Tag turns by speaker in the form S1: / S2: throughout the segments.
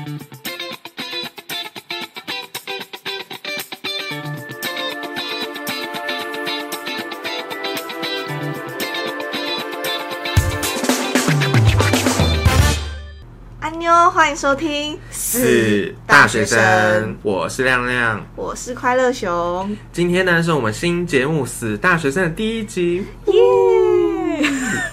S1: 安妞，欢迎收听
S2: 是大学生，我是亮亮，
S1: 我是快乐熊。
S2: 今天呢是我们新节目《死大学生》的第1集，
S1: 耶！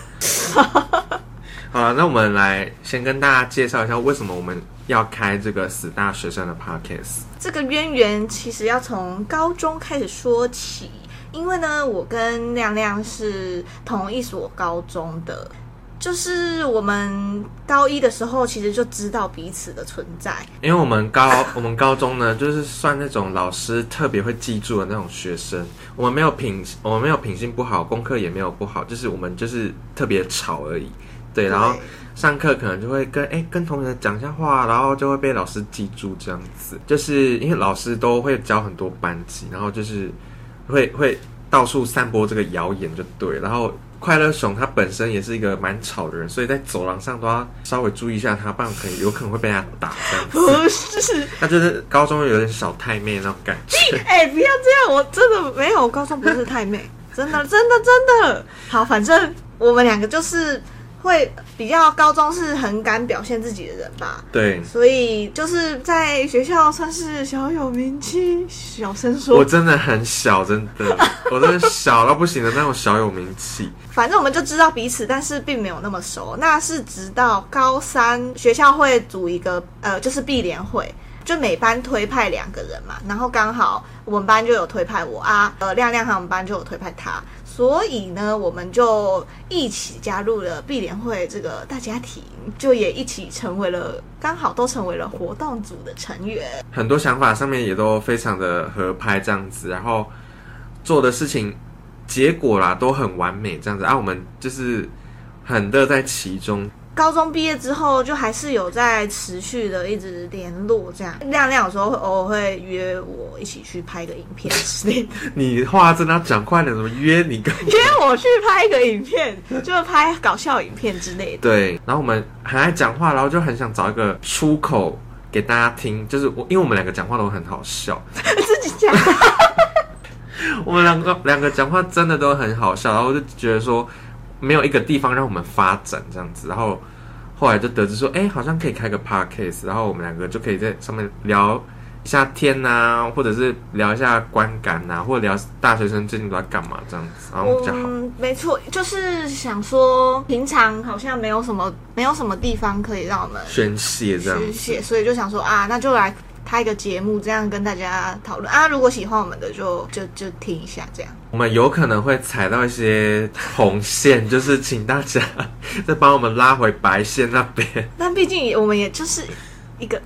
S2: 好了，那我们来先跟大家介绍一下为什么我们要开这个死大学生的 podcast。
S1: 这个渊源其实要从高中开始说起，因为呢，我跟亮亮是同一所高中的。就是我们高一的时候，其实就知道彼此的存在。
S2: 因为我们高中呢，就是算那种老师特别会记住的那种学生。我们没有品性不好，功课也没有不好，就是我们就是特别吵而已。对，然后上课可能就会跟同学讲一下话，然后就会被老师记住这样子。就是因为老师都会教很多班级，然后就是会到处散播这个谣言就对，然后。快乐熊他本身也是一个蛮吵的人，所以在走廊上都要稍微注意一下他，不然有可能会被他打这样子。
S1: 不是，
S2: 他就是高中有点小太妹那种感觉。
S1: 不要这样，我真的没有，高中不是太妹，真的。好，反正我们两个就是会比较高中是很敢表现自己的人吧。
S2: 对，
S1: 所以就是在学校算是小有名气，小声说。
S2: 我真的很小，真的，我真的小到不行的那种小有名气。
S1: 反正我们就知道彼此，但是并没有那么熟。那是直到高3学校会组一个就是毕联会，就每班推派2个人嘛，然后刚好我们班就有推派我啊，亮亮他们班就有推派他，所以呢，我们就一起加入了毕联会这个大家庭，就也一起刚好都成为了活动组的成员。
S2: 很多想法上面也都非常的合拍这样子，然后做的事情结果啦都很完美这样子啊，我们就是很乐在其中。
S1: 高中毕业之后，就还是有在持续的一直联络这样。亮亮有时候偶尔会约我一起去拍个影片之类的。
S2: 你话真的要讲快点，怎么约你？
S1: 约我去拍一个影片，就拍搞笑影片之类的。
S2: 对，然后我们很爱讲话，然后就很想找一个出口给大家听，就是因为我们两个讲话都很好笑，
S1: 自己讲。
S2: 我们两个讲话真的都很好笑，然后我就觉得说没有一个地方让我们发展这样子，然后后来就得知说，好像可以开个 podcast， 然后我们两个就可以在上面聊一下天啊，或者是聊一下观感啊，或者聊大学生最近都在干嘛这样子，然后比较好。
S1: 没错，就是想说平常好像没有什么地方可以让我们
S2: 宣泄这样子，
S1: 所以就想说啊，那就来开一个节目，这样跟大家讨论啊。如果喜欢我们的就听一下这样。
S2: 我们有可能会踩到一些红线，就是请大家再帮我们拉回白线那边。
S1: 但毕竟我们也就是一个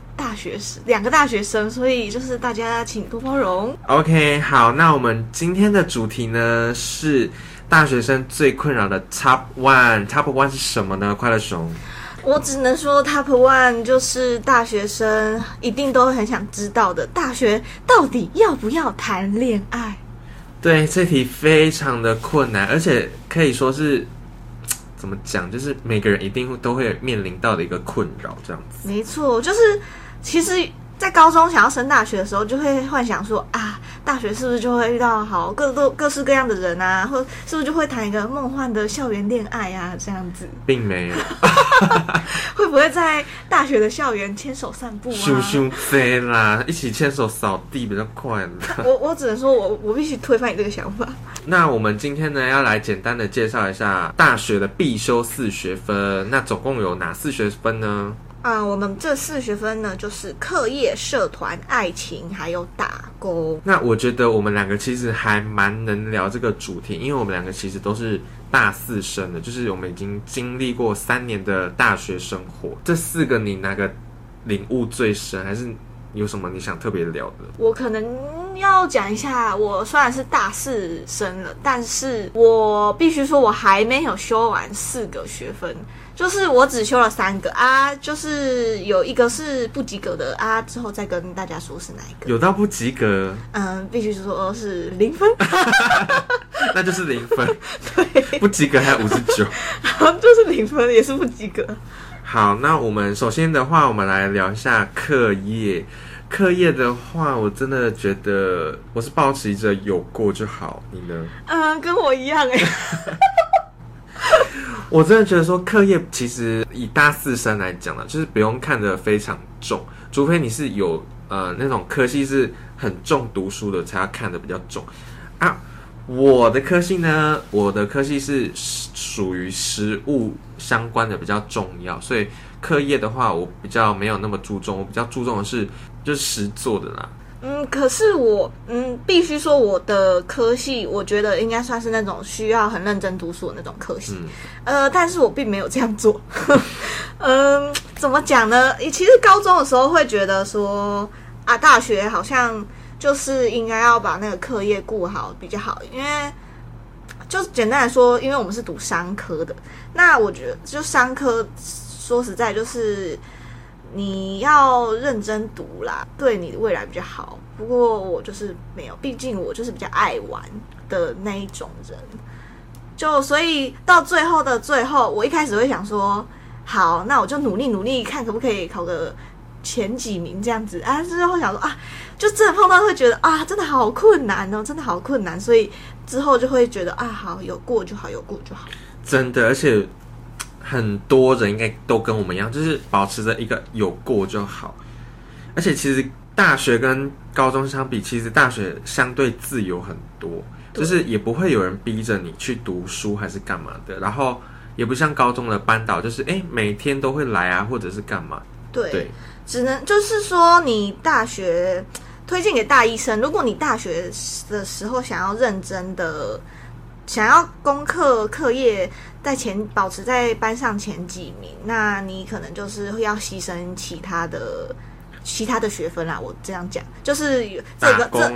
S1: 2个大学生，所以就是大家请多包容。
S2: OK， 好，那我们今天的主题呢是大学生最困扰的 Top One。Top One 是什么呢？快乐熊。
S1: 我只能说 Top One 就是大学生一定都很想知道的，大学到底要不要谈恋爱？
S2: 对，这题非常的困难，而且可以说是怎么讲，就是每个人一定都会面临到的一个困扰这样子。
S1: 没错，就是其实在高中想要升大学的时候，就会幻想说啊，大学是不是就会遇到各式各样的人啊，或是不是就会谈一个梦幻的校园恋爱啊，这样子。
S2: 并没有。
S1: 会不会在大学的校园牵手散步啊？
S2: 咻咻飞啦，一起牵手扫地比较快啦。
S1: 我只能说我必须推翻你这个想法。
S2: 那我们今天呢，要来简单的介绍一下大学的必修4学分。那总共有哪4学分呢？
S1: 我们这4学分呢，就是课业、社团、爱情，还有打工。
S2: 那我觉得我们两个其实还蛮能聊这个主题，因为我们两个其实都是大4生的，就是我们已经经历过3年的大学生活。这4个你哪个领悟最深，还是有什么你想特别聊的？
S1: 我可能要讲一下，我虽然是大4生了，但是我必须说我还没有修完4个学分。就是我只修了3个啊，就是有一个是不及格的啊，之后再跟大家说是哪一个。
S2: 有到不及格？
S1: 必须说是0分。
S2: 那就是0分。
S1: 对，
S2: 不及格还有59。
S1: 就是0分，也是不及格。
S2: 好，那我们首先的话，我们来聊一下课业。课业的话，我真的觉得我是抱持着有过就好，你呢？
S1: 跟我一样哎。
S2: 我真的觉得说课业其实以大四生来讲呢，就是不用看得非常重，除非你是有那种科系是很重读书的，才要看得比较重啊。我的科系呢，我的科系是属于实务相关的比较重要，所以课业的话，我比较没有那么注重，我比较注重的是就是实作的啦。
S1: 可是我必须说我的科系，我觉得应该算是那种需要很认真读书的那种科系。但是我并没有这样做。怎么讲呢？其实高中的时候会觉得说啊，大学好像就是应该要把那个课业顾好比较好，因为就简单来说，因为我们是读商科的，那我觉得就商科说实在就是你要认真读啦，对你的未来比较好。不过我就是没有，毕竟我就是比较爱玩的那一种人，就所以到最后的最后，我一开始会想说，好，那我就努力努力，看可不可以考个前几名这样子啊。之后想说啊，就真的碰到会觉得啊，真的好困难哦，真的好困难，所以之后就会觉得啊，好，有过就好，有过就好。
S2: 真的，而且很多人应该都跟我们一样，就是保持着一个有过就好。而且其实大学跟高中相比，其实大学相对自由很多，就是也不会有人逼着你去读书还是干嘛的，然后也不像高中的班导，就是每天都会来啊，或者是干嘛。
S1: 对，只能就是说你大学推荐给大一生，如果你大学的时候想要认真的，想要功课课业保持在班上前几名，那你可能就是要牺牲其他的学分啦。我这样讲，就是这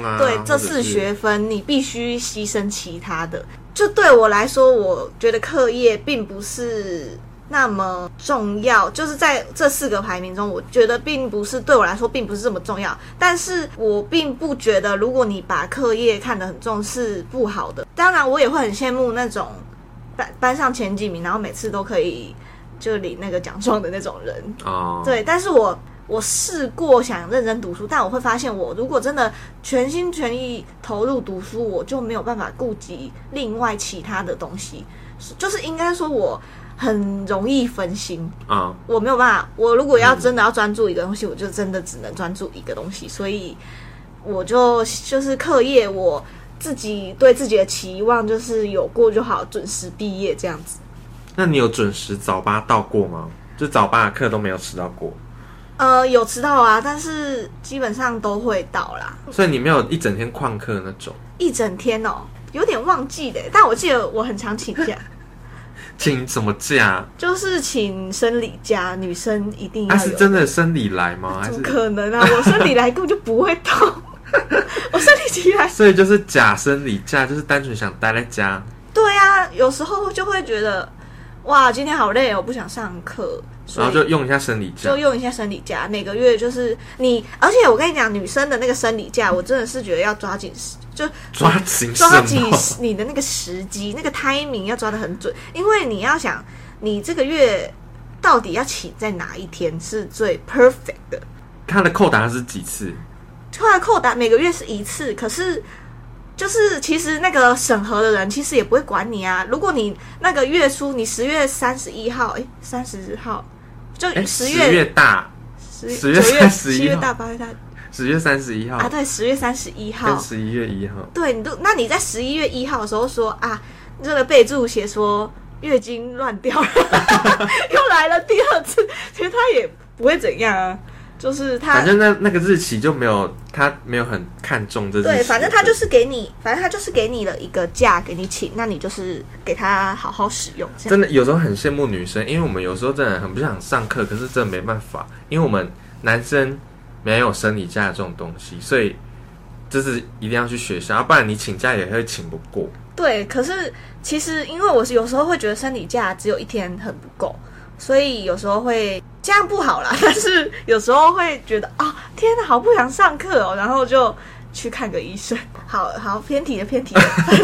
S1: 4学分你必须牺牲其他的。就对我来说，我觉得课业并不是那么重要，就是在这4个排名中，我觉得对我来说并不是这么重要。但是我并不觉得，如果你把课业看得很重是不好的。当然，我也会很羡慕那种班上前几名，然后每次都可以就领那个奖状的那种人。对，但是我试过想认真读书，但我会发现，我如果真的全心全意投入读书，我就没有办法顾及另外其他的东西，就是应该说我很容易分心我没有办法。我如果真的要专注一个东西，我就真的只能专注一个东西，所以我就是课业，我自己对自己的期望就是有过就好，准时毕业这样子。
S2: 那你有准时早八到过吗？就早八的课都没有迟到过？
S1: 有迟到啊，但是基本上都会到啦。
S2: 所以你没有一整天旷课那种？
S1: 一整天哦，有点忘记的，但我记得我很常请假。
S2: 请什么假？
S1: 就是请生理假，女生一定要有。
S2: 是真的生理来吗？
S1: 怎么可能啊！我生理来根本就不会到，我生理期来。
S2: 所以就是假生理假，就是单纯想待在家。
S1: 对啊，有时候就会觉得，哇，今天好累，我不想上课。
S2: 然后就用一下生理假，
S1: 每个月就是你，而且我跟你讲，女生的那个生理假，我真的是觉得要抓紧，就抓紧你的那个时机，那个 timing 要抓得很准，因为你要想，你这个月到底要请在哪一天是最 perfect 的？
S2: 他的扣打是几次？
S1: 他的扣打每个月是1次，可是。就是其实那个审核的人其实也不会管你啊。如果你那个月初，你10月31号，30号就10月大，10月31号，7月大，8月大
S2: ，10月31号
S1: 啊，对，10月31号
S2: 跟11月1号，
S1: 对，那你在11月1号的时候说啊，这个备注写说月经乱掉了，又来了第2次，其实他也不会怎样啊。就是他，
S2: 反正那个日期就没有，他没有很看重这日期。
S1: 对，反正他就是给你了一个假给你请，那你就是给他好好使用。
S2: 真的有时候很羡慕女生，因为我们有时候真的很不想上课，可是真的没办法，因为我们男生没有生理假这种东西，所以就是一定要去学校，要不然你请假也会请不过。
S1: 对，可是其实因为我有时候会觉得生理假只有1天很不够，所以有时候会。这样不好啦，但是有时候会觉得天哪，好不想上课哦，然后就去看个医生。好偏题了，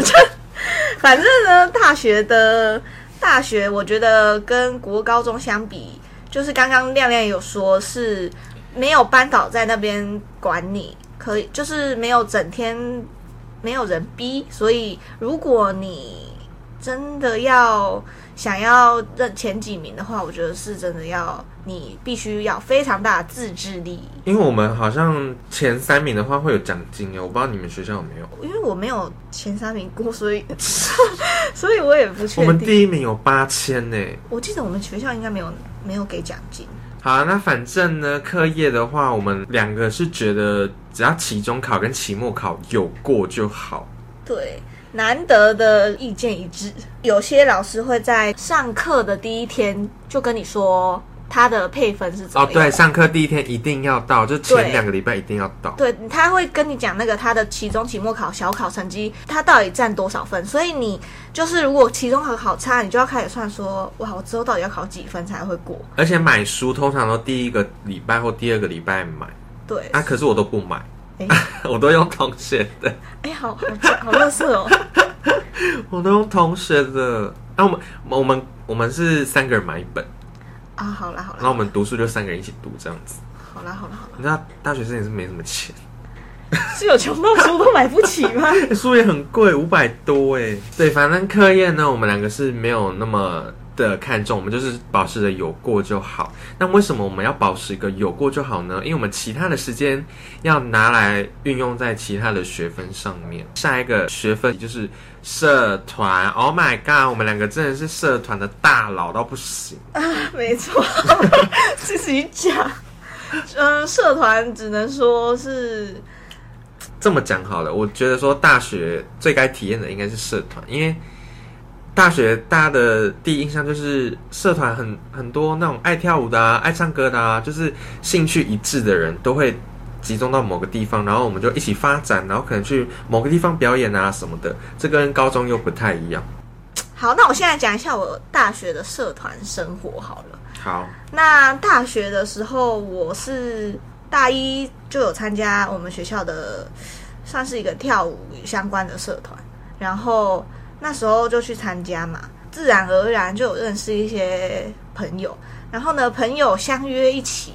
S1: 反正呢，大学我觉得跟国高中相比， 就是刚刚亮亮有说是没有班导在那边管你，可以就是没有整天没有人逼，所以如果你真的想要认前几名的话，我觉得是真的你必须要非常大的自制力。
S2: 因为我们好像前3名的话会有奖金哦，我不知道你们学校有没有。
S1: 因为我没有前3名过，所以我也不确定。
S2: 我们第1名有8000呢，
S1: 我记得我们学校应该没有给奖金。
S2: 好，那反正呢，课业的话，我们2个是觉得只要期中考跟期末考有过就好。
S1: 对。难得的意见一致，有些老师会在上课的第一天就跟你说他的配分是怎么样。
S2: 对，上课第一天一定要到，就前2个礼拜一定要到。
S1: 对，他会跟你讲那个他的期中、期末考、小考成绩，他到底占多少分。所以你就是如果期中考考差，你就要开始算说，哇，我之后到底要考几分才会过。
S2: 而且买书通常都第1个礼拜或第2个礼拜买。
S1: 对
S2: 啊，可是我都不买。我都用同学的。
S1: 好垃圾哦！
S2: 我都用同学的。那我们是3个人买1本
S1: 啊。好啦，
S2: 然后我们读书就3个人一起读这样子。
S1: 好啦。
S2: 你知道大学生也是没什么钱，
S1: 是有穷到书都买不起吗？
S2: 书也很贵，500多哎。对，反正课业呢，我们2个是没有那么的看重，我们就是保持着有过就好。那为什么我们要保持一个有过就好呢？因为我们其他的时间要拿来运用在其他的学分上面。下一个学分就是社团。Oh my god， 我们2个真的是社团的大佬到不行
S1: 啊！没错，自己讲。社团只能说是
S2: 这么讲好了。我觉得说大学最该体验的应该是社团，因为大学大家的第一印象就是社团很多那种爱跳舞的啊，爱唱歌的啊，就是兴趣一致的人都会集中到某个地方，然后我们就一起发展，然后可能去某个地方表演啊什么的。这跟高中又不太一样。
S1: 好，那我现在讲一下我大学的社团生活好了。
S2: 好，
S1: 那大学的时候，我是大1就有参加我们学校的算是一个跳舞相关的社团，然后那时候就去参加嘛，自然而然就有认识一些朋友，然后呢，朋友相约一起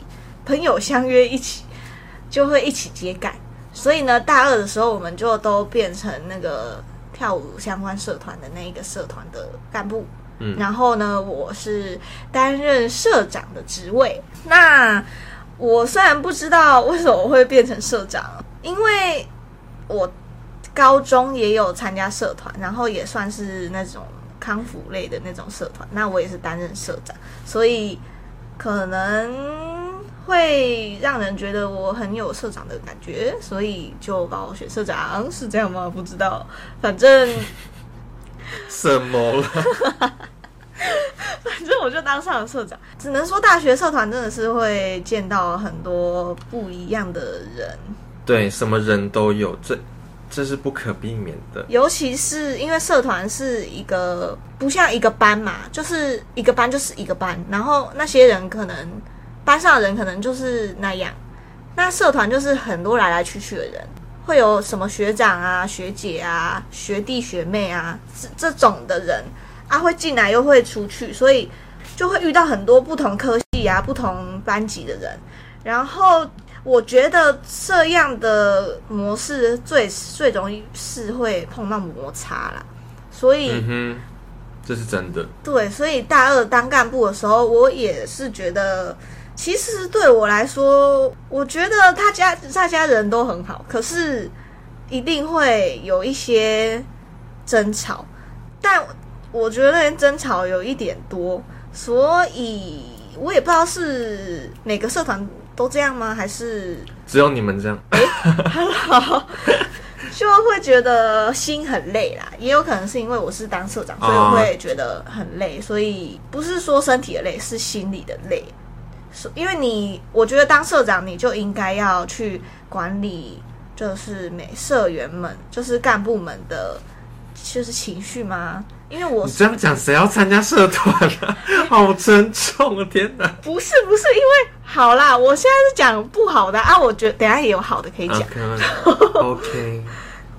S1: 就会一起接干，所以呢，大2的时候我们就都变成那个跳舞相关社团的那一个社团的干部。然后呢，我是担任社长的职位。那我虽然不知道为什么我会变成社长，因为我高中也有参加社团，然后也算是那种康复类的那种社团，那我也是担任社长，所以可能会让人觉得我很有社长的感觉，所以就把我选社长，是这样吗？不知道，反正
S2: 什么了？
S1: 反正我就当上了社长。只能说大学社团真的是会见到很多不一样的人，
S2: 对，什么人都有，这是不可避免的。
S1: 尤其是因为社团是一个不像一个班嘛，就是一个班就是一个班，然后那些人可能班上的人可能就是那样，那社团就是很多来来去去的人，会有什么学长啊、学姐啊、学弟学妹啊这种的人啊，会进来又会出去，所以就会遇到很多不同科系啊、不同班级的人。然后我觉得这样的模式最容易是会碰到摩擦啦，所以
S2: 这是真的。
S1: 对，所以大2当干部的时候，我也是觉得，其实对我来说，我觉得大家人都很好，可是一定会有一些争吵，但我觉得那些争吵有一点多，所以我也不知道是每个社团都这样吗？还是
S2: 只有你们这样？
S1: 好，就会觉得心很累啦。也有可能是因为我是当社长，所以我会觉得很累。所以不是说身体的累，是心理的累。因为我觉得当社长你就应该要去管理，就是社员们，就是干部们的，就是情绪吗？因为你
S2: 这样讲，谁要参加社团啊？好沉重啊！天哪！
S1: 不是，因为好啦，我现在是讲不好的啊，我觉得等一下也有好的可以讲。
S2: OK，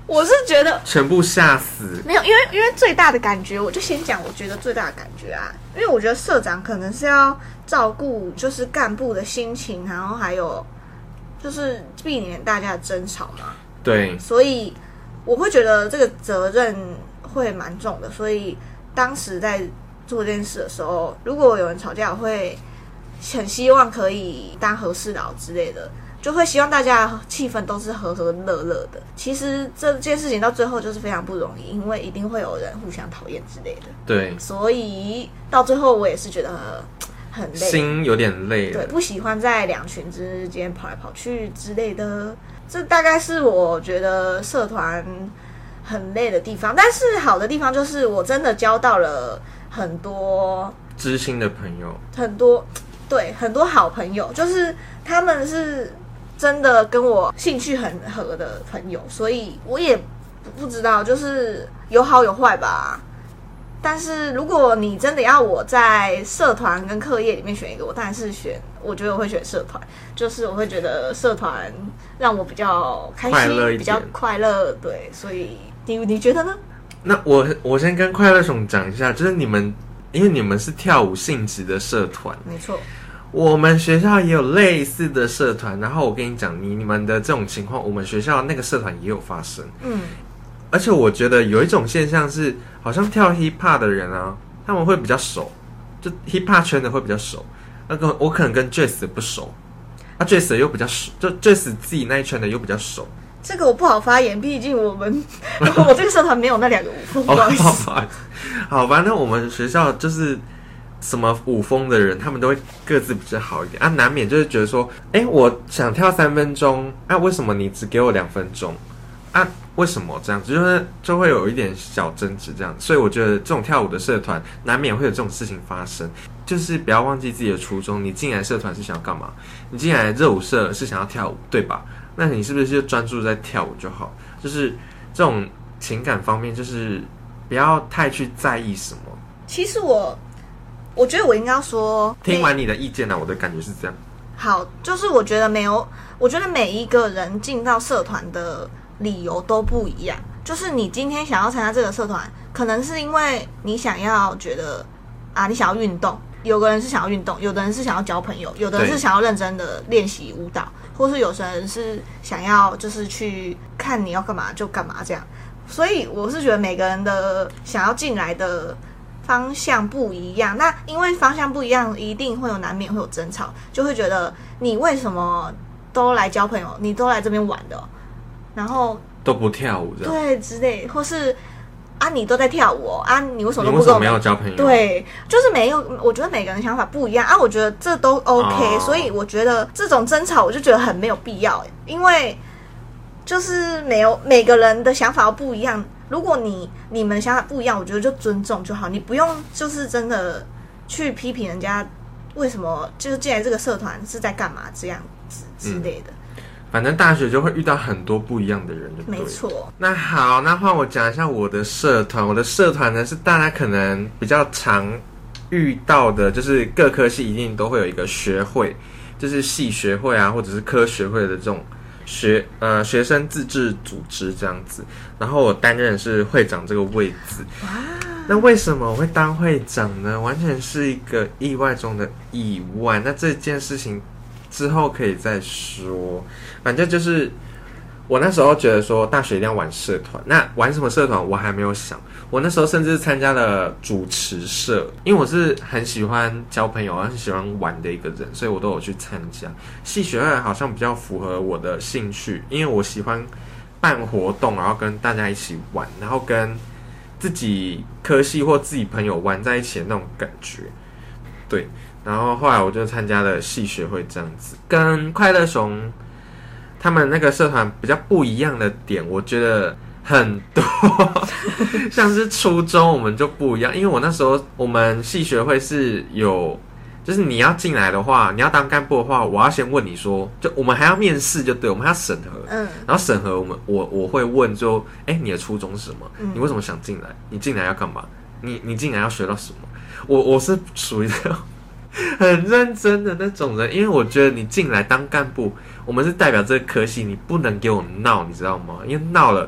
S1: 我是觉得
S2: 全部吓死。
S1: 没有，因为最大的感觉，我就先讲，我觉得最大的感觉啊，因为我觉得社长可能是要照顾就是干部的心情，然后还有就是避免大家的争吵嘛。
S2: 对，
S1: 所以我会觉得这个责任会蛮重的。所以当时在做这件事的时候，如果有人吵架，我会很希望可以当和事佬之类的。就会希望大家气氛都是和和乐乐的。其实这件事情到最后就是非常不容易，因为一定会有人互相讨厌之类的。
S2: 对，
S1: 所以到最后我也是觉得很累，
S2: 心有点累了。
S1: 对，不喜欢在两群之间跑来跑去之类的。这大概是我觉得社团很累的地方，但是好的地方就是我真的交到了很多
S2: 知心的朋友，
S1: 很多好朋友，就是他们是真的跟我兴趣很合的朋友，所以我也不知道，就是有好有坏吧。但是如果你真的要我在社团跟课业里面选一个，我当然是我觉得我会选社团，就是我会觉得社团让我比较开心，比较快乐。对，所以你觉得呢？
S2: 那我先跟快乐熊讲一下，就是因为你们是跳舞性质的社团，
S1: 没错。
S2: 我们学校也有类似的社团，然后我跟你讲，你们的这种情况，我们学校那个社团也有发生。而且我觉得有一种现象是，好像跳 hip hop 的人啊，他们会比较熟，就 hip hop 圈的会比较熟。我可能跟 Jazz 不熟，Jazz 又比较熟，就 Jazz 自己那一圈的又比较熟。
S1: 这个我不好发言，毕竟我这个社团没有那两个舞风，不好意思。
S2: 好吧，那我们学校就是什么舞风的人，他们都会各自比较好一点啊，难免就是觉得说，我想跳3分钟，为什么你只给我2分钟？为什么这样子？就会有一点小争执这样，所以我觉得这种跳舞的社团难免会有这种事情发生，就是不要忘记自己的初衷。你进来社团是想要干嘛？你进来热舞社是想要跳舞，对吧？那你是不是就专注在跳舞就好？就是这种情感方面，就是不要太去在意什么。
S1: 其实我觉得我应该要说，
S2: 听完你的意见呢，我的感觉是这样。
S1: 好，就是我觉得每一个人进到社团的理由都不一样。就是你今天想要参加这个社团，可能是因为你想要觉得你想要运动，有个人是想要运动，有的人是想要交朋友，有的人是想要认真的练习舞蹈，或是有些人是想要就是去看你要干嘛就干嘛这样。所以我是觉得每个人的想要进来的方向不一样，那因为方向不一样，一定会难免会有争吵，就会觉得你为什么都来交朋友，你都来这边玩的，然后
S2: 都不跳舞这样，
S1: 对之类，或是你都在跳舞你为什么都不跟我们？
S2: 你为什么没有交朋友？
S1: 对，就是我觉得每个人想法不一样我觉得这都 OK，所以我觉得这种争吵我就觉得很没有必要，因为就是每个人的想法不一样。如果你们想法不一样，我觉得就尊重就好，你不用就是真的去批评人家为什么就是进来这个社团是在干嘛这样子之类的。
S2: 反正大学就会遇到很多不一样的人，就对了。
S1: 没错。
S2: 那好，那换我讲一下我的社团。我的社团呢是大家可能比较常遇到的，就是各科系一定都会有一个学会，就是系学会或者是科学会的这种学生自治组织这样子。然后我担任是会长这个位置。那为什么我会当会长呢？完全是一个意外中的意外。那这件事情之后可以再说。反正就是我那时候觉得说大学一定要玩社团，那玩什么社团我还没有想。我那时候甚至参加了主持社，因为我是很喜欢交朋友很喜欢玩的一个人，所以我都有去参加。系学会好像比较符合我的兴趣，因为我喜欢办活动，然后跟大家一起玩，然后跟自己科系或自己朋友玩在一起的那种感觉。对，然后后来我就参加了系学会这样子。跟快乐熊他们那个社团比较不一样的点，我觉得很多像是初中我们就不一样，因为我那时候我们系学会是有，就是你要进来的话，你要当干部的话，我要先问你说，就我们还要面试，就对，我们还要审核，然后审核我会问说，你的初衷是什么？你为什么想进来？你进来要干嘛？你进来要学到什么？我是属于这种很认真的那种人，因为我觉得你进来当干部，我们是代表这个科系，你不能给我闹，你知道吗？因为闹了，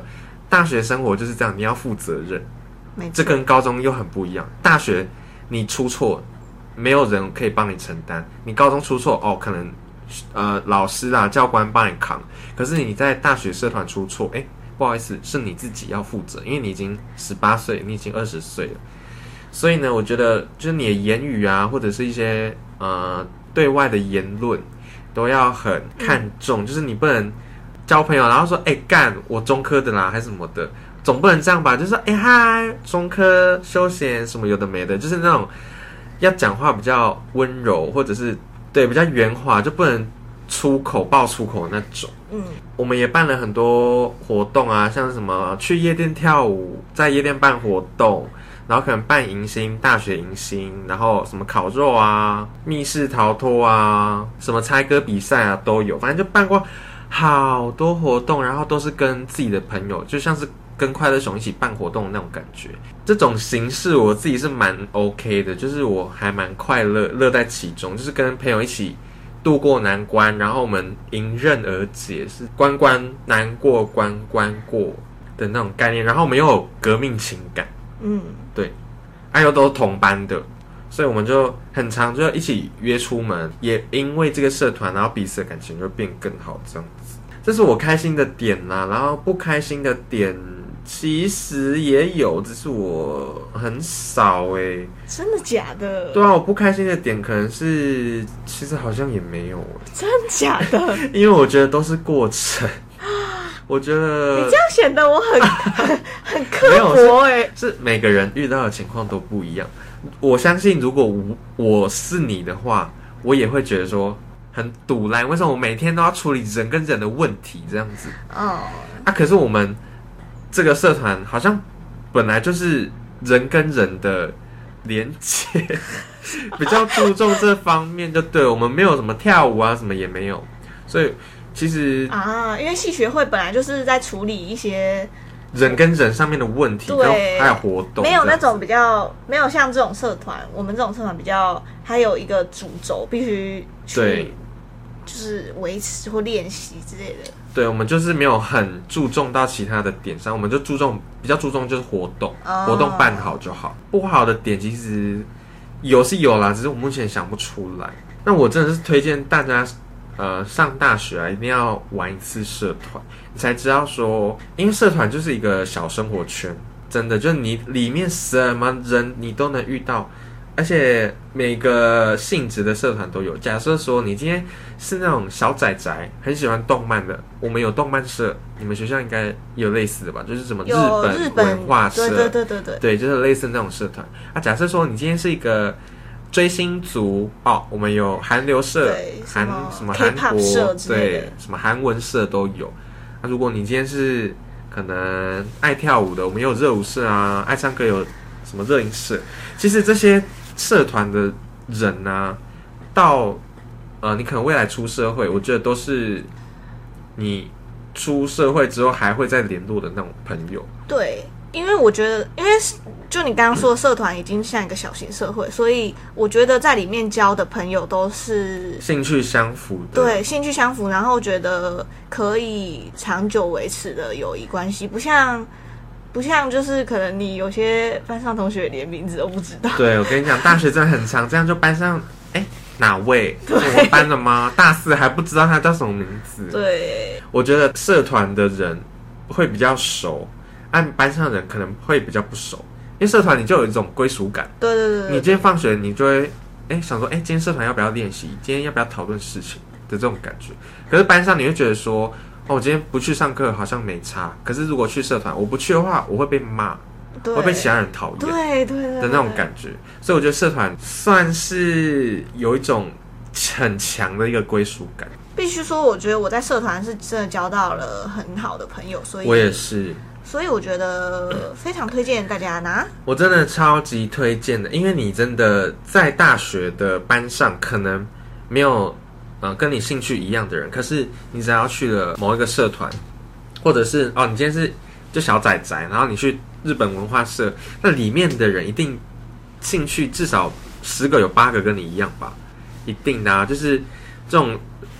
S2: 大学生活就是这样，你要负责任，
S1: 没错，
S2: 这跟高中又很不一样。大学你出错，没有人可以帮你承担；你高中出错，可能老师啊、教官帮你扛。可是你在大学社团出错，不好意思，是你自己要负责，因为你已经18岁，你已经20岁了。所以呢，我觉得就是你的言语啊，或者是一些对外的言论，都要很看重，就是你不能交朋友，然后说干我中科的啦，还是什么的，总不能这样吧？就是说嗨，中科休闲什么有的没的，就是那种要讲话比较温柔，或者是对比较圆滑，就不能爆粗口那种。我们也办了很多活动啊，像是什么去夜店跳舞，在夜店办活动。然后可能办迎新，大学迎新，然后什么烤肉啊、密室逃脱啊、什么猜歌比赛啊都有，反正就办过好多活动，然后都是跟自己的朋友，就像是跟快乐熊一起办活动的那种感觉。这种形式我自己是蛮 OK 的，就是我还蛮快乐，乐在其中，就是跟朋友一起度过难关，然后我们迎刃而解，是关关难过关关过的那种概念，然后我们又有革命情感。对，又都是同班的，所以我们就很常就一起约出门，也因为这个社团，然后彼此的感情就变更好，这样子。这是我开心的点啦，然后不开心的点其实也有，只是我很少
S1: 真的假的？
S2: 对啊，我不开心的点可能是，其实好像也没有
S1: 真的假的？
S2: 因为我觉得都是过程。我觉得
S1: 你这样显得我很刻薄
S2: 是每个人遇到的情况都不一样。我相信如果我是你的话，我也会觉得说很堵烂，为什么我每天都要处理人跟人的问题这样子？可是我们这个社团好像本来就是人跟人的连接，比较注重这方面，就对，我们没有什么跳舞啊，什么也没有，所以。其实
S1: 因为系学会本来就是在处理一些
S2: 人跟人上面的问题，
S1: 对，
S2: 还有活动，
S1: 没有那种比较，没有像这种社团，我们这种社团比较还有一个主轴，必须去就是维持或练习之类的。
S2: 对，我们就是没有很注重到其他的点上，我们就比较注重就是活动，活动办好就好。不好的点其实有是有啦，只是我目前想不出来。那我真的是推荐大家。上大学啊，一定要玩一次社团，你才知道说，因为社团就是一个小生活圈，真的就是你里面什么人你都能遇到，而且每个性质的社团都有。假设说你今天是那种小宅宅，很喜欢动漫的，我们有动漫社，你们学校应该有类似的吧？就是什么日本文化社，对，就是类似那种社团。假设说你今天是一个。追星族我们有韩流社、什么韩国社之类的，对，什么韩文社都有。如果你今天是可能爱跳舞的，我们也有热舞社啊；爱唱歌有什么热音社。其实这些社团的人啊，到你可能未来出社会，我觉得都是你出社会之后还会再联络的那种朋友。对。
S1: 因为我觉得，因为就你刚刚说的社团已经像一个小型社会，所以我觉得在里面交的朋友都是
S2: 兴趣相符的，
S1: 对，兴趣相符，然后觉得可以长久维持的友谊关系，不像就是可能你有些班上同学连名字都不知道。
S2: 对，我跟你讲，大学真的很长，这样就班上哪位是我们班的吗？大四还不知道他叫什么名字。
S1: 对，
S2: 我觉得社团的人会比较熟。按班上的人可能会比较不熟，因为社团你就有一种归属感。
S1: 对。
S2: 你今天放学，你就会想说，今天社团要不要练习？今天要不要讨论事情的这种感觉。可是班上你会觉得说，我今天不去上课好像没差。可是如果去社团，我不去的话，我会被骂，会被其他人讨厌，对的那种感觉。所以我觉得社团算是有一种很强的一个归属感。
S1: 必须说，我觉得我在社团是真的交到了很好的朋友，所以
S2: 我也是。
S1: 所以我觉得非常推荐大家拿。
S2: 我真的超级推荐的，因为你真的在大学的班上可能没有跟你兴趣一样的人，可是你只要去了某一个社团，或者是你今天是就小仔仔，然后你去日本文化社，那里面的人一定兴趣至少10个有8个跟你一样吧，一定的就是这种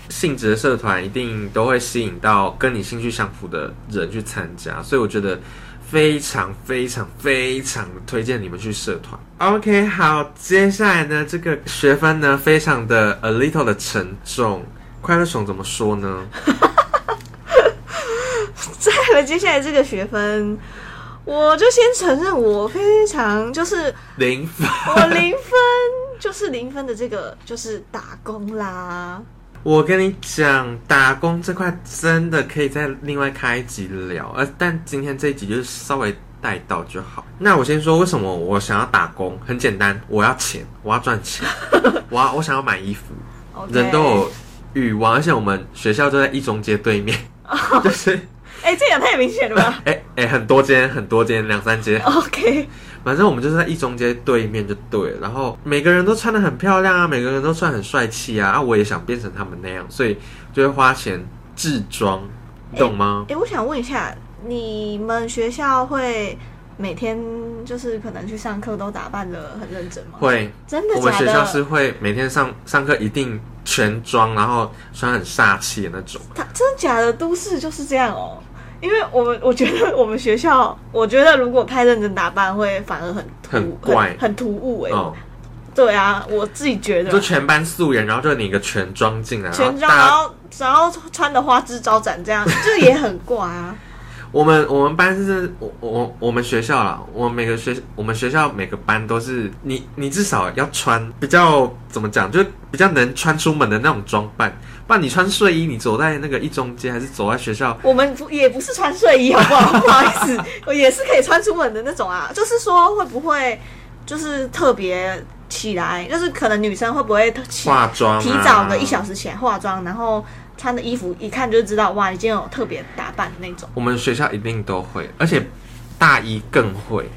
S2: 性质的社团一定都会吸引到跟你兴趣相符的人去参加，所以我觉得非常非常非常的推荐你们去社团。OK， 好，接下来呢，这个学分呢非常的 a little 的沉重，快乐熊怎么说呢？
S1: 再来接下来这个学分，我就先承认我非常就是
S2: 0分，
S1: 我0分，就是0分的这个就是打工啦。
S2: 我跟你讲，打工这块真的可以再另外开一集聊，但今天这一集就是稍微带到就好。那我先说为什么我想要打工，很简单，我要钱，我要赚钱，我想要买衣服。
S1: Okay.
S2: 人都有欲望，而且我们学校就在一中街对面，就是
S1: 这也太明显了吧？
S2: 很多间2-3间。
S1: OK，
S2: 反正我们就是在一中街对面就对了，然后每个人都穿得很漂亮啊，每个人都穿很帅气啊，我也想变成他们那样，所以就会花钱制装，你懂吗？
S1: 我想问一下，你们学校会每天就是可能去上课都打扮得很认真吗？
S2: 会，
S1: 真的假的？
S2: 我们学校是会每天上课一定全妆，然后穿很煞气的那种。
S1: 真的假的？都市就是这样哦。因为我觉得我们学校，我觉得如果太认真打扮，会反而
S2: 很怪，
S1: 很突兀对啊，我自己觉得，
S2: 就全班素颜，然后就你一个全妆进来，
S1: 全妆，然后穿的花枝招展，这样就也很怪啊。
S2: 我们班是我们学校啦，我们学校每个班都是你至少要穿比较怎么讲，就比较能穿出门的那种装扮，不然你穿睡衣，你走在那个一中街还是走在学校，
S1: 我们也不是穿睡衣，好不好？不好意思，我也是可以穿出门的那种啊。就是说会不会就是特别起来，就是可能女生会不会
S2: 化妆
S1: 提早个1小时起来化妆，然后穿的衣服一看就知道，哇，你今天有特别打扮的那种。
S2: 我们学校一定都会，而且大一更会。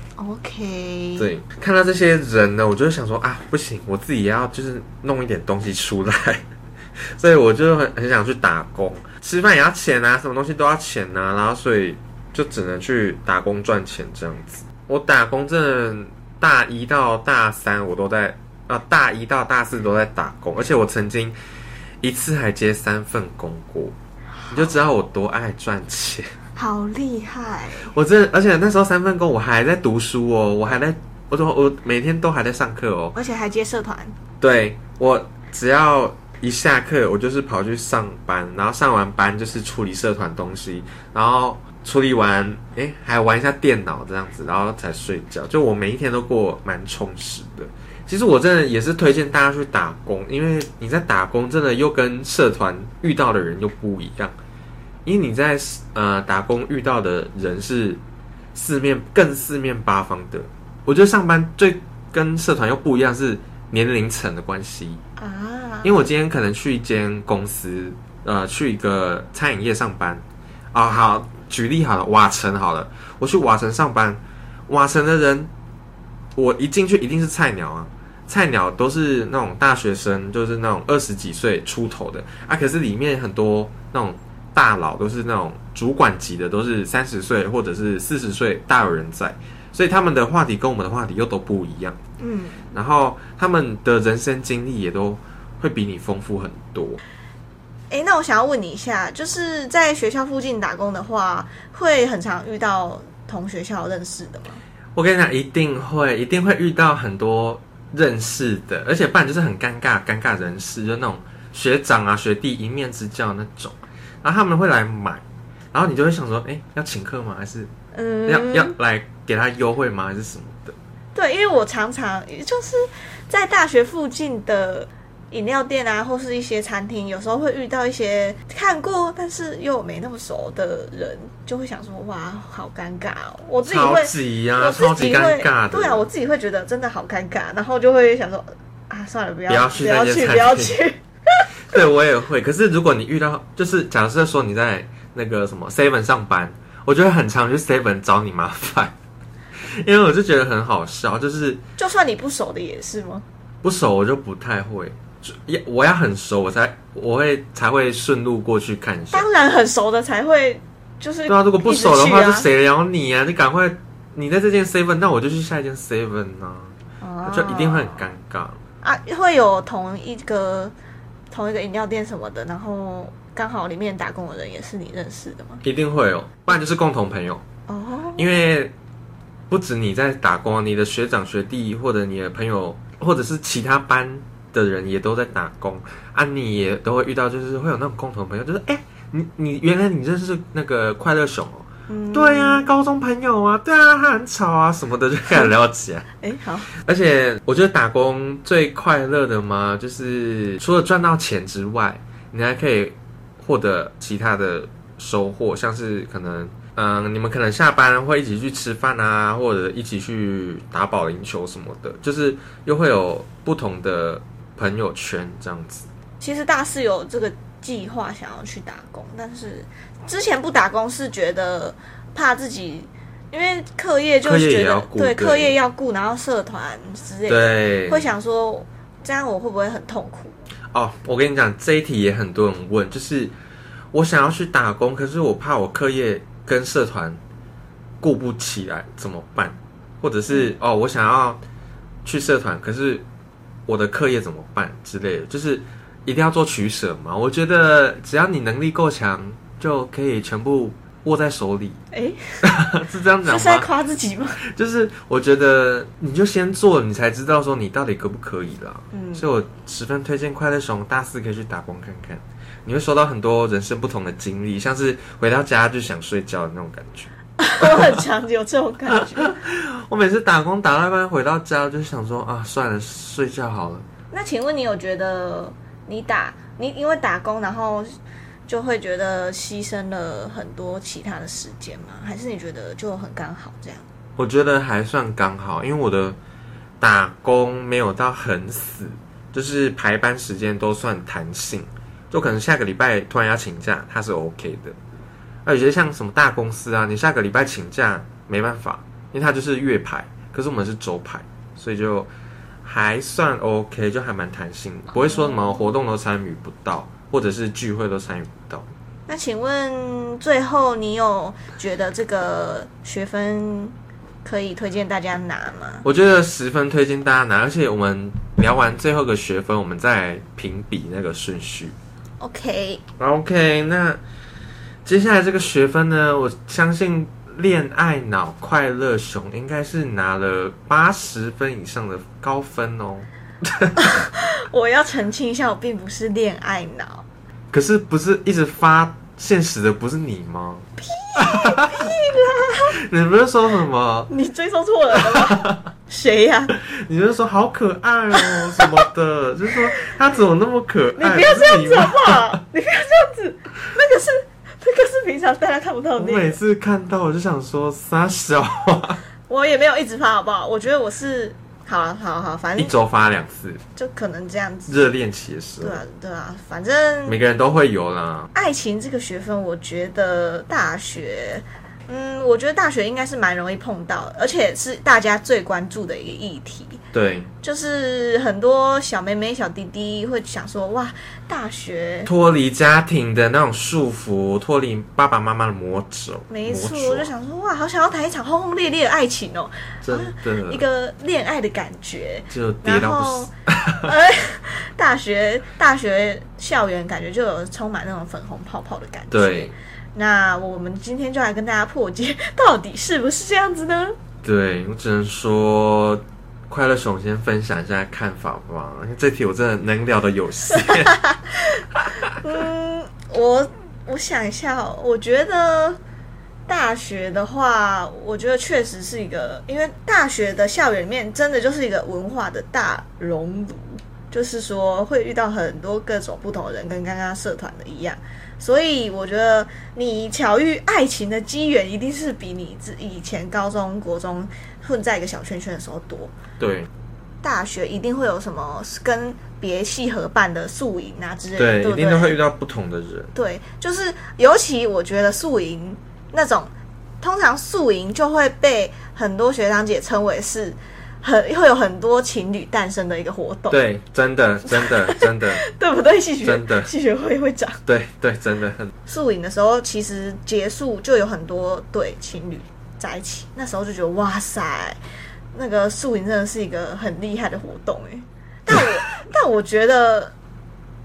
S1: OK，
S2: 对，看到这些人呢，我就想说啊，不行，我自己也要就是弄一点东西出来，所以我就很想去打工，吃饭也要钱啊，什么东西都要钱啊，然后所以就只能去打工赚钱这样子。我打工真的大一到大三我都在大一到大4都在打工，而且我曾经一次还接3份工过，你就知道我多爱赚钱，
S1: 好厉害！
S2: 我真的，而且那时候3份工我还在读书哦，我每天都还在上课哦，
S1: 而且还接社团。
S2: 对，我只要一下课，我就是跑去上班，然后上完班就是处理社团东西，然后处理完，还玩一下电脑这样子，然后才睡觉。就我每一天都过蛮充实的。其实我真的也是推荐大家去打工，因为你在打工真的又跟社团遇到的人又不一样，因为你在打工遇到的人是四面八方的。我觉得上班最跟社团又不一样是年龄层的关系啊，因为我今天可能去一间公司，去一个餐饮业上班啊，好，举例好了，瓦城好了，我去瓦城上班，瓦城的人，我一进去一定是菜鸟啊。菜鸟都是那种大学生，就是那种20几岁出头的啊。可是里面很多那种大佬都是那种主管级的，都是30岁或者是40岁大有人在，所以他们的话题跟我们的话题又都不一样。然后他们的人生经历也都会比你丰富很多。
S1: 那我想要问你一下，就是在学校附近打工的话，会很常遇到同学校认识的吗？
S2: 我跟你讲，一定会遇到很多认识的，而且不然就是很尴尬人士，就那种学长啊学弟一面之交那种，然后他们会来买，然后你就会想说，要请客吗？还是要来给他优惠吗？还是什么的？
S1: 对，因为我常常就是在大学附近的饮料店啊，或是一些餐厅，有时候会遇到一些看过但是又没那么熟的人，就会想说哇，好尴尬哦！我自己会，
S2: 超级尴尬的。
S1: 对啊，我自己会觉得真的好尴尬，然后就会想说啊，算了，不要去。
S2: 对，我也会。可是如果你遇到，就是假设说你在那个什么 Seven 上班，我就会很常去 Seven 找你麻烦，因为我就觉得很好笑，就
S1: 算你不熟的也是吗？
S2: 不熟我就不太会。我要很熟，我才会顺路过去看一下。
S1: 当然很熟的才会，就是
S2: 对啊。如果不熟的话，就谁聊你啊？你赶快，你在这件 7， 那我就去下一件 7啊，就一定会很尴尬
S1: 啊。会有同一个同一个饮料店什么的，然后刚好里面打工的人也是你认识的吗？
S2: 一定会有，不然就是共同朋友。
S1: 哦，
S2: 因为不止你在打工，你的学长学弟或者你的朋友，或者是其他班的人也都在打工啊，你也都会遇到，就是会有那种共同朋友，就是你原来你认识那个快乐熊哦。对啊，高中朋友啊，对啊，他很吵啊什么的，就开始聊起来。
S1: 好。
S2: 而且我觉得打工最快乐的嘛，就是除了赚到钱之外，你还可以获得其他的收获，像是可能你们可能下班会一起去吃饭啊，或者一起去打保龄球什么的，就是又会有不同的朋友圈这样子。
S1: 其实大四有这个计划想要去打工，但是之前不打工是觉得怕自己，因为课业就觉得对课业要顾，然后社团之类的，对，会想说这样我会不会很痛苦？
S2: 哦，我跟你讲，这一题也很多人问，就是我想要去打工，可是我怕我课业跟社团顾不起来怎么办？或者是我想要去社团，可是我的课业怎么办之类的，就是一定要做取舍嘛。我觉得只要你能力够强，就可以全部握在手里。是这样讲吗？
S1: 这是在夸自己吗？
S2: 就是我觉得你就先做，你才知道说你到底可不可以啦。所以我十分推荐快乐熊大四可以去打工看看，你会收到很多人生不同的经历，像是回到家就想睡觉的那种感觉。
S1: 我很常有这种感觉。
S2: 我每次打工打到一半回到家就想说算了，睡觉好了。
S1: 那请问你有觉得你因为打工然后就会觉得牺牲了很多其他的时间吗？还是你觉得就很刚好这样？
S2: 我觉得还算刚好，因为我的打工没有到很死，就是排班时间都算弹性，就可能下个礼拜突然要请假，它是 OK 的。有些像什么大公司啊，你下个礼拜请假没办法，因为它就是月排，可是我们是周排，所以就还算 OK， 就还蛮弹性的，不会说什么活动都参与不到，或者是聚会都参与不到。
S1: 那请问最后你有觉得这个学分可以推荐大家拿吗？
S2: 我觉得10分推荐大家拿，而且我们聊完最后一个学分，我们再来评比那个顺序。OK， 那接下来这个学分呢，我相信恋爱脑快乐熊应该是拿了80分以上的高分哦。
S1: 我要澄清一下，我并不是恋爱脑。
S2: 可是不是一直发现实的不是你吗？
S1: 屁啦！
S2: 你不是说什么？
S1: 你追踪错人了吗？谁呀？
S2: 你就是说好可爱哦什么的，就是说他怎么那么可爱？
S1: 你不要这样子好不好？你不要这样子，那个是平常大家看不到的。
S2: 我每次看到我就想说傻小啊。
S1: 我也没有一直发好不好？我觉得我是好，反正
S2: 1周发2次，
S1: 就可能这样子。
S2: 热恋期的时候，
S1: 对啊，反正
S2: 每个人都会有啦。
S1: 爱情这个学分，我觉得大学。我觉得大学应该是蛮容易碰到的，而且是大家最关注的一个议题。
S2: 对，
S1: 就是很多小妹妹、小弟弟会想说，哇，大学
S2: 脱离家庭的那种束缚，脱离爸爸妈妈的魔咒。
S1: 没错，我就想说，哇，好想要谈一场轰轰烈烈的爱情哦，
S2: 真的，
S1: 一个恋爱的感觉，
S2: 就跌到不死。
S1: 大学校园感觉就有充满那种粉红泡泡的感觉。
S2: 对。
S1: 那我们今天就来跟大家破解，到底是不是这样子呢？
S2: 对，我只能说，快乐熊先分享一下看法吧。这题我真的能聊的有限。
S1: 我想一下，我觉得大学的话，我觉得确实是一个，因为大学的校园里面真的就是一个文化的大熔炉，就是说会遇到很多各种不同的人，跟刚刚社团的一样。所以我觉得你巧遇爱情的机缘一定是比你以前高中国中混在一个小圈圈的时候多。
S2: 对，
S1: 大学一定会有什么跟别系合办的宿营啊之类的， 对不对？
S2: 一定都会遇到不同的人。
S1: 对，就是尤其我觉得宿营那种，通常宿营就会被很多学长姐称为是会有很多情侣诞生的一个活动。
S2: 对，真的
S1: 对不对？
S2: 真的
S1: 系学会会长。
S2: 对，真的很。
S1: 宿营的时候，其实结束就有很多对情侣在一起，那时候就觉得哇塞，那个宿营真的是一个很厉害的活动哎。但我觉得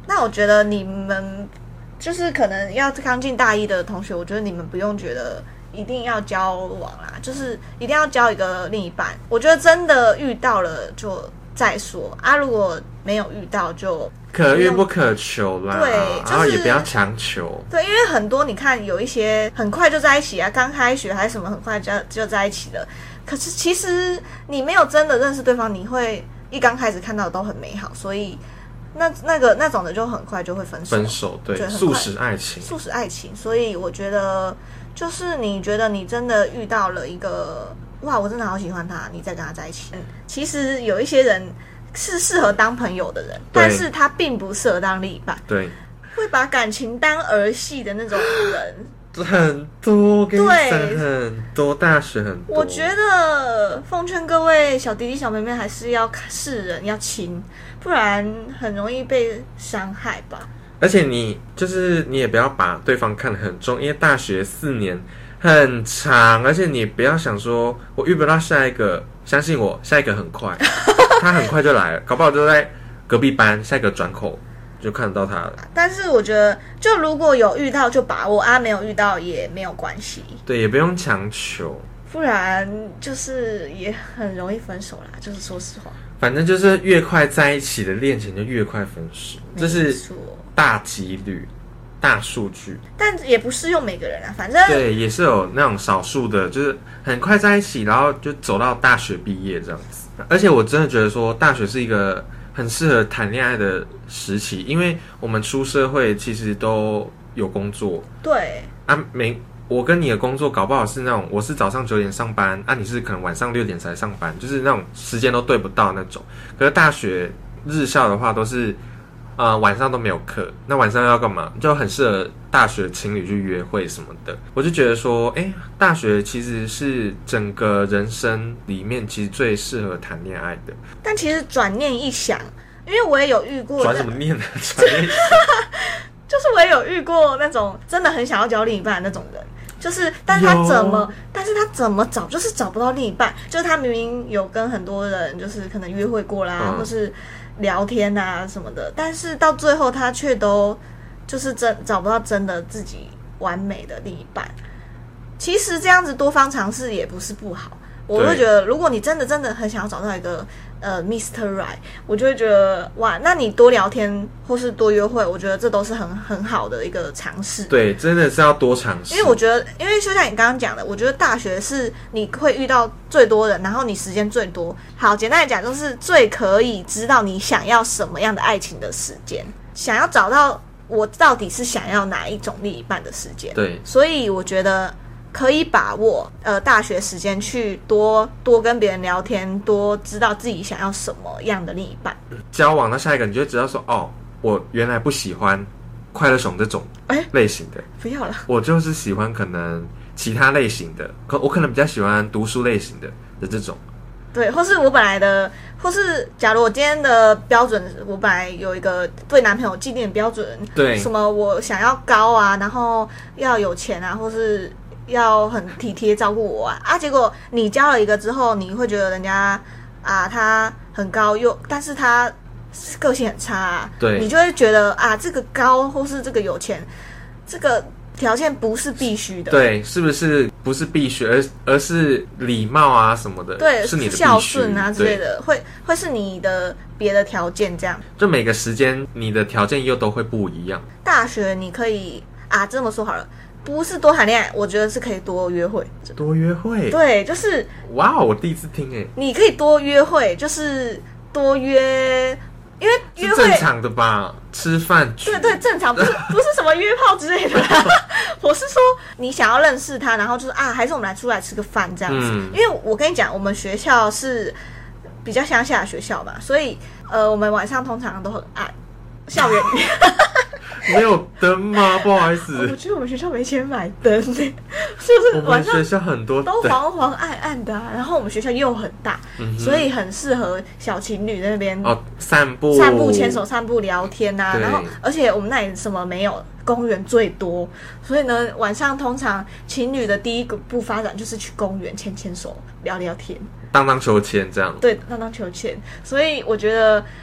S1: 那我觉得你们就是可能要刚进大一的同学，我觉得你们不用觉得一定要交往啦，就是一定要交一个另一半。我觉得真的遇到了就再说啊，如果没有遇到就
S2: 可遇不可求啦。
S1: 对，
S2: 然后也不要强求。
S1: 对，因为很多你看有一些很快就在一起啊，刚开学还是什么很快就在一起的。可是其实你没有真的认识对方，你会一刚开始看到的都很美好，所以那种的就很快就会分手。
S2: 分手，对，速食爱情，
S1: 速食爱情。所以我觉得，就是你觉得你真的遇到了一个哇，我真的好喜欢他，你再跟他在一起。其实有一些人是适合当朋友的人，但是他并不适合当另一半。
S2: 对，
S1: 会把感情当儿戏的那种人。
S2: 很多，跟你讲很多，大学很多。
S1: 我觉得奉劝各位小弟弟小妹妹，还是要识人要亲，不然很容易被伤害吧。
S2: 而且你也不要把对方看得很重，因为大学4年很长，而且你不要想说我遇不到下一个，相信我，下一个很快，他很快就来了，搞不好就在隔壁班下一个转口。就看得到他了。但
S1: 是我觉得，就如果有遇到就把握啊，没有遇到也没有关系。
S2: 对，也不用强求，
S1: 不然就是也很容易分手啦。就是说实话，
S2: 反正就是越快在一起的恋情就越快分手，这是大几率、大数据。
S1: 但也不适用每个人啊，反正
S2: 对，也是有那种少数的，就是很快在一起，然后就走到大学毕业这样子。而且我真的觉得说，大学是一个很适合谈恋爱的时期，因为我们出社会其实都有工作。
S1: 对
S2: 啊，我跟你的工作搞不好是那种，我是早上9点上班啊，你是可能晚上6点才上班，就是那种时间都对不到那种。可是大学日校的话都是晚上都没有课，那晚上要干嘛？就很适合大学情侣去约会什么的。我就觉得说，大学其实是整个人生里面其实最适合谈恋爱的。
S1: 但其实转念一想，因为我也有遇过，
S2: 转什么念啊？转念一想，
S1: 就是我也有遇过那种真的很想要交另一半的那种人。就是，但是他怎么找，就是找不到另一半。就是他明明有跟很多人，就是可能约会过啦，或是聊天啊什么的，但是到最后他却都就是找不到真的自己完美的另一半。其实这样子多方尝试也不是不好，我会觉得，如果你真的很想要找到一个Mr. Right， 我就会觉得哇，那你多聊天或是多约会，我觉得这都是很好的一个尝试。
S2: 对，真的是要多尝试。
S1: 因为我觉得，因为就像你刚刚讲的，我觉得大学是你会遇到最多人，然后你时间最多。好，简单来讲，就是最可以知道你想要什么样的爱情的时间，想要找到我到底是想要哪一种另一半的时间。
S2: 对，
S1: 所以我觉得可以把握大学时间去多跟别人聊天，多知道自己想要什么样的另一半。
S2: 交往到下一个，你就会知道说，哦，我原来不喜欢快乐熊这种类型的，
S1: 不要了，
S2: 我就是喜欢可能其他类型的，我可能比较喜欢读书类型的这种。
S1: 对，或是我本来的，或是假如我今天的标准，我本来有一个对男朋友既定的标准，
S2: 对，
S1: 什么我想要高啊，然后要有钱啊，或是要很体贴照顾我啊，结果你交了一个之后，你会觉得人家他很高但是他个性很差啊，
S2: 对，
S1: 你就会觉得这个高或是这个有钱，这个条件不是必须的。
S2: 对，是不是不是必须，而是礼貌啊什么的，
S1: 对，
S2: 是你的必须，
S1: 孝顺啊之类的，会是你的别的条件这样。
S2: 就每个时间你的条件又都会不一样。
S1: 大学你可以这么说好了。不是多谈恋爱，我觉得是可以多约会。
S2: 多约会？
S1: 对，就是
S2: 哇，我第一次听诶。
S1: 你可以多约会，就是多约，因为约会
S2: 是正常的吧？吃饭局。
S1: 对，正常，不是什么约炮之类的啦。我是说，你想要认识他，然后就是还是我们来出来吃个饭这样子。因为我跟你讲，我们学校是比较乡下的学校嘛，所以我们晚上通常都很暗，校园里。
S2: 没有灯吗？不好意思，
S1: 我觉得我们学校没钱买灯就是晚上
S2: 我们学校很多灯
S1: 都黄暗暗的然后我们学校又很大，所以很适合小情侣在那边
S2: 散步
S1: 牵手散步聊天啊。然后而且我们那里什么没有，公园最多，所以呢晚上通常情侣的第一个步发展就是去公园牵手聊聊天，
S2: 荡荡秋千这样。
S1: 对，荡荡秋千。所以我觉得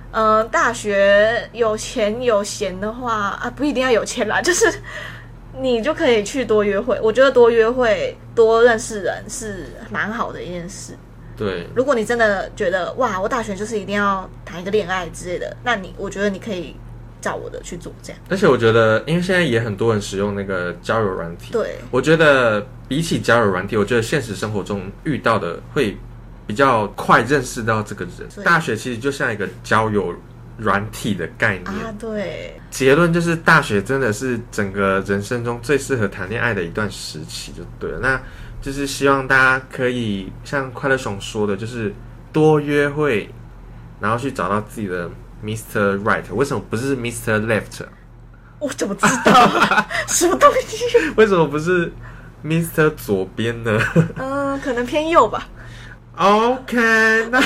S1: 大学有钱有闲的话啊，不一定要有钱啦，就是你就可以去多约会。我觉得多约会、多认识人是蛮好的一件事。
S2: 对，
S1: 如果你真的觉得哇，我大学就是一定要谈一个恋爱之类的，那我觉得你可以照我的去做这样。
S2: 而且我觉得，因为现在也很多人使用那个交友软体，
S1: 对，
S2: 我觉得比起交友软体，我觉得现实生活中遇到的会比较快认识到这个人。大学其实就像一个交友软体的概念
S1: 啊，对。
S2: 结论就是大学真的是整个人生中最适合谈恋爱的一段时期，就对了。那就是希望大家可以像快乐熊说的，就是多约会，然后去找到自己的 Mr. Right。为什么不是 Mr. Left？
S1: 我怎么知道什么东西？
S2: 为什么不是 Mr. 左边呢？
S1: 可能偏右吧。
S2: OK， 那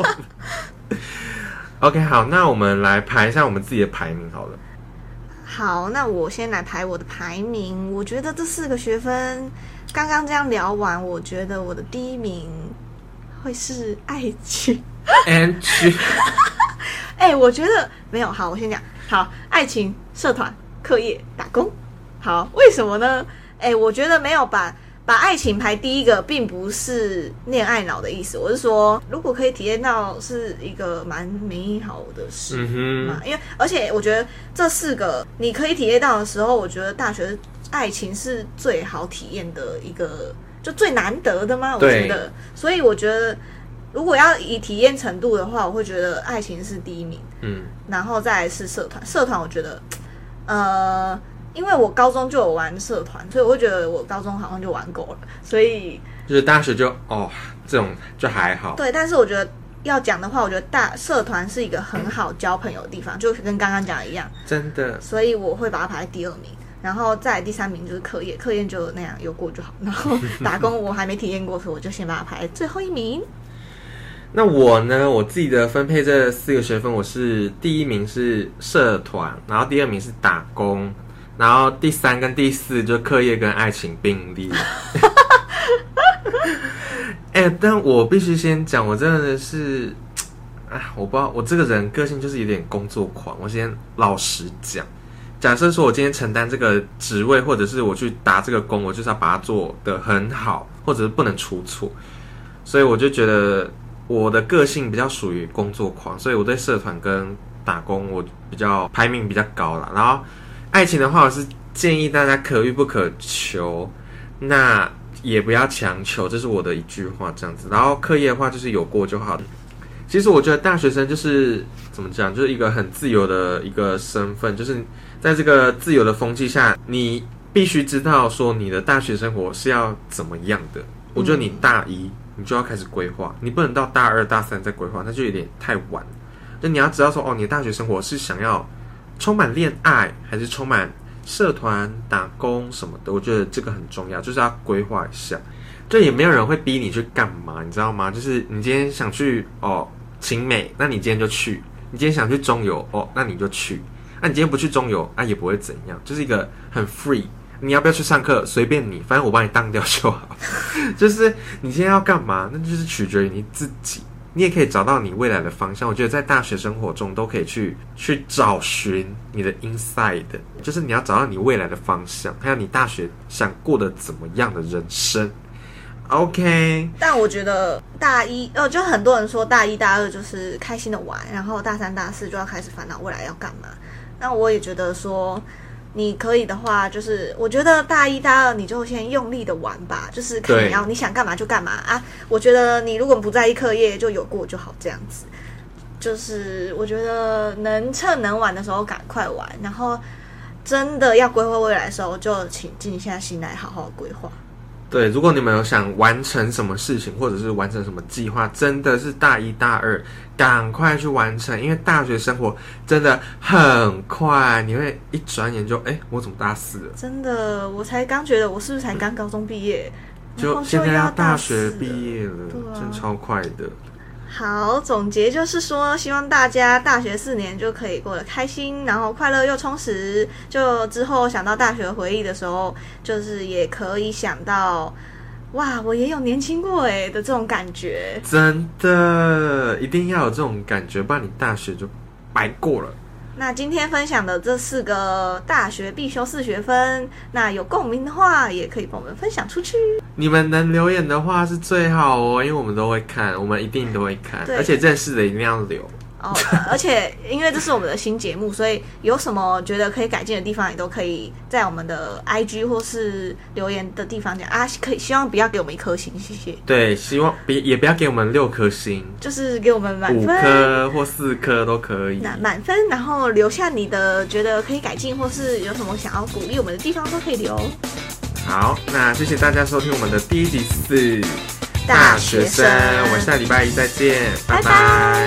S2: OK 好，那我们来排一下我们自己的排名好了。
S1: 好，那我先来排我的排名。我觉得这4个学分刚刚这样聊完，我觉得我的第一名会是爱情。
S2: NG
S1: 我觉得没有。好，我先讲。好，爱情、社团、课业、打工。好，为什么呢？我觉得没有把爱情排第一个，并不是恋爱脑的意思。我是说，如果可以体验到，是一个蛮美好的事嘛。因为而且我觉得这4个你可以体验到的时候，我觉得大学爱情是最好体验的一个，就最难得的吗？我觉得，所以我觉得如果要以体验程度的话，我会觉得爱情是第一名，然后再来是社团。社团我觉得，因为我高中就有玩社团，所以我会觉得我高中好像就玩够了，所以
S2: 就是大学就这种就还好。
S1: 对，但是我觉得要讲的话，我觉得社团是一个很好交朋友的地方，就跟刚刚讲的一样，
S2: 真的。
S1: 所以我会把它排在第2名，然后再来第3名就是课业，课业就那样有过就好。然后打工我还没体验过，所以我就先把它排在最后1名。
S2: 那我呢？我自己的分配这4个学分，我是第1名是社团，然后第2名是打工，然后第3跟第4就课业跟爱情并列。但我必须先讲，我真的是，我不知道，我这个人个性就是有点工作狂。我先老实讲，假设说我今天承担这个职位，或者是我去打这个工，我就是要把它做得很好，或者是不能出错。所以我就觉得我的个性比较属于工作狂，所以我对社团跟打工我比较排名比较高啦。然后爱情的话，我是建议大家可遇不可求，那也不要强求，这是我的一句话这样子。然后课业的话，就是有过就好。其实我觉得大学生就是怎么讲，就是一个很自由的一个身份，就是在这个自由的风气下，你必须知道说你的大学生活是要怎么样的。我觉得你大一你就要开始规划，你不能到大2、大3再规划，那就有点太晚。就你要知道说，你的大学生活是想要充满恋爱，还是充满社团、打工什么的？我觉得这个很重要，就是要规划一下。就也没有人会逼你去干嘛，你知道吗？就是你今天想去晴美，那你今天就去；你今天想去中游那你就去。那你今天不去中游，也不会怎样，就是一个很 free。你要不要去上课随便你，反正我帮你当掉就好。就是你今天要干嘛，那就是取决于你自己。你也可以找到你未来的方向。我觉得在大学生活中都可以去找寻你的 inside， 就是你要找到你未来的方向，还有你大学想过的怎么样的人生。OK，
S1: 但我觉得大一就很多人说大1、大2就是开心的玩，然后大3、大4就要开始烦恼未来要干嘛。那我也觉得说，你可以的话，就是我觉得大1、大2你就先用力的玩吧，就是看你想干嘛就干嘛啊。我觉得你如果不在意课业，就有过就好这样子。就是我觉得趁能玩的时候赶快玩，然后真的要规划未来的时候，就请静下心来好好规划。
S2: 对，如果你们有想完成什么事情，或者是完成什么计划，真的是大1、大2赶快去完成，因为大学生活真的很快，你会一转眼就我怎么大4了？
S1: 真的，我才刚觉得我是不是才刚高中毕业，
S2: 就现在要大学毕业了，真超快的。
S1: 好，总结就是说，希望大家大学4年就可以过得开心，然后快乐又充实。就之后想到大学回忆的时候，就是也可以想到，哇，我也有年轻过的这种感觉。
S2: 真的，一定要有这种感觉，不然你大学就白过了。
S1: 那今天分享的这4个大学必修4学分，那有共鸣的话，也可以帮我们分享出去。
S2: 你们能留言的话是最好哦，因为我们都会看，我们一定都会看，而且认识的一定要留。
S1: 而且因为这是我们的新节目，所以有什么觉得可以改进的地方，也都可以在我们的 IG 或是留言的地方讲啊。可以希望不要给我们1颗星，谢谢。
S2: 对，希望也不要给我们6颗星，
S1: 就是给我们满分
S2: 5颗或4颗都可以。
S1: 那满分，然后留下你的觉得可以改进，或是有什么想要鼓励我们的地方，都可以留。
S2: 好，那谢谢大家收听我们的第1集4
S1: 大学生，
S2: 我们下礼拜一再见，拜
S1: 拜拜。